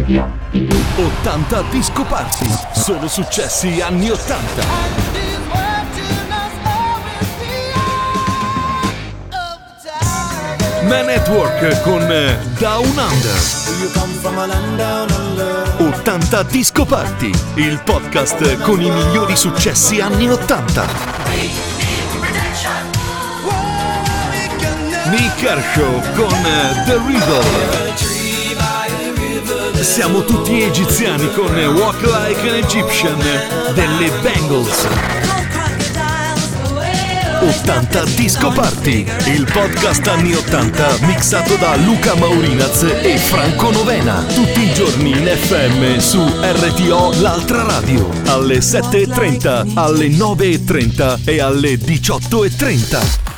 80 Disco Party, solo successi anni 80. Man Network con Down Under. 80 Disco Party, il podcast con i migliori successi anni 80. Nick Kershaw con The Riddle. Siamo tutti egiziani con Walk Like an Egyptian delle Bangles. 80 Disco Party, il podcast anni 80 mixato da Luca Maurinaz e Franco Novena, tutti i giorni in FM su RTO L'Altra Radio, alle 7:30, alle 9:30 e alle 18:30.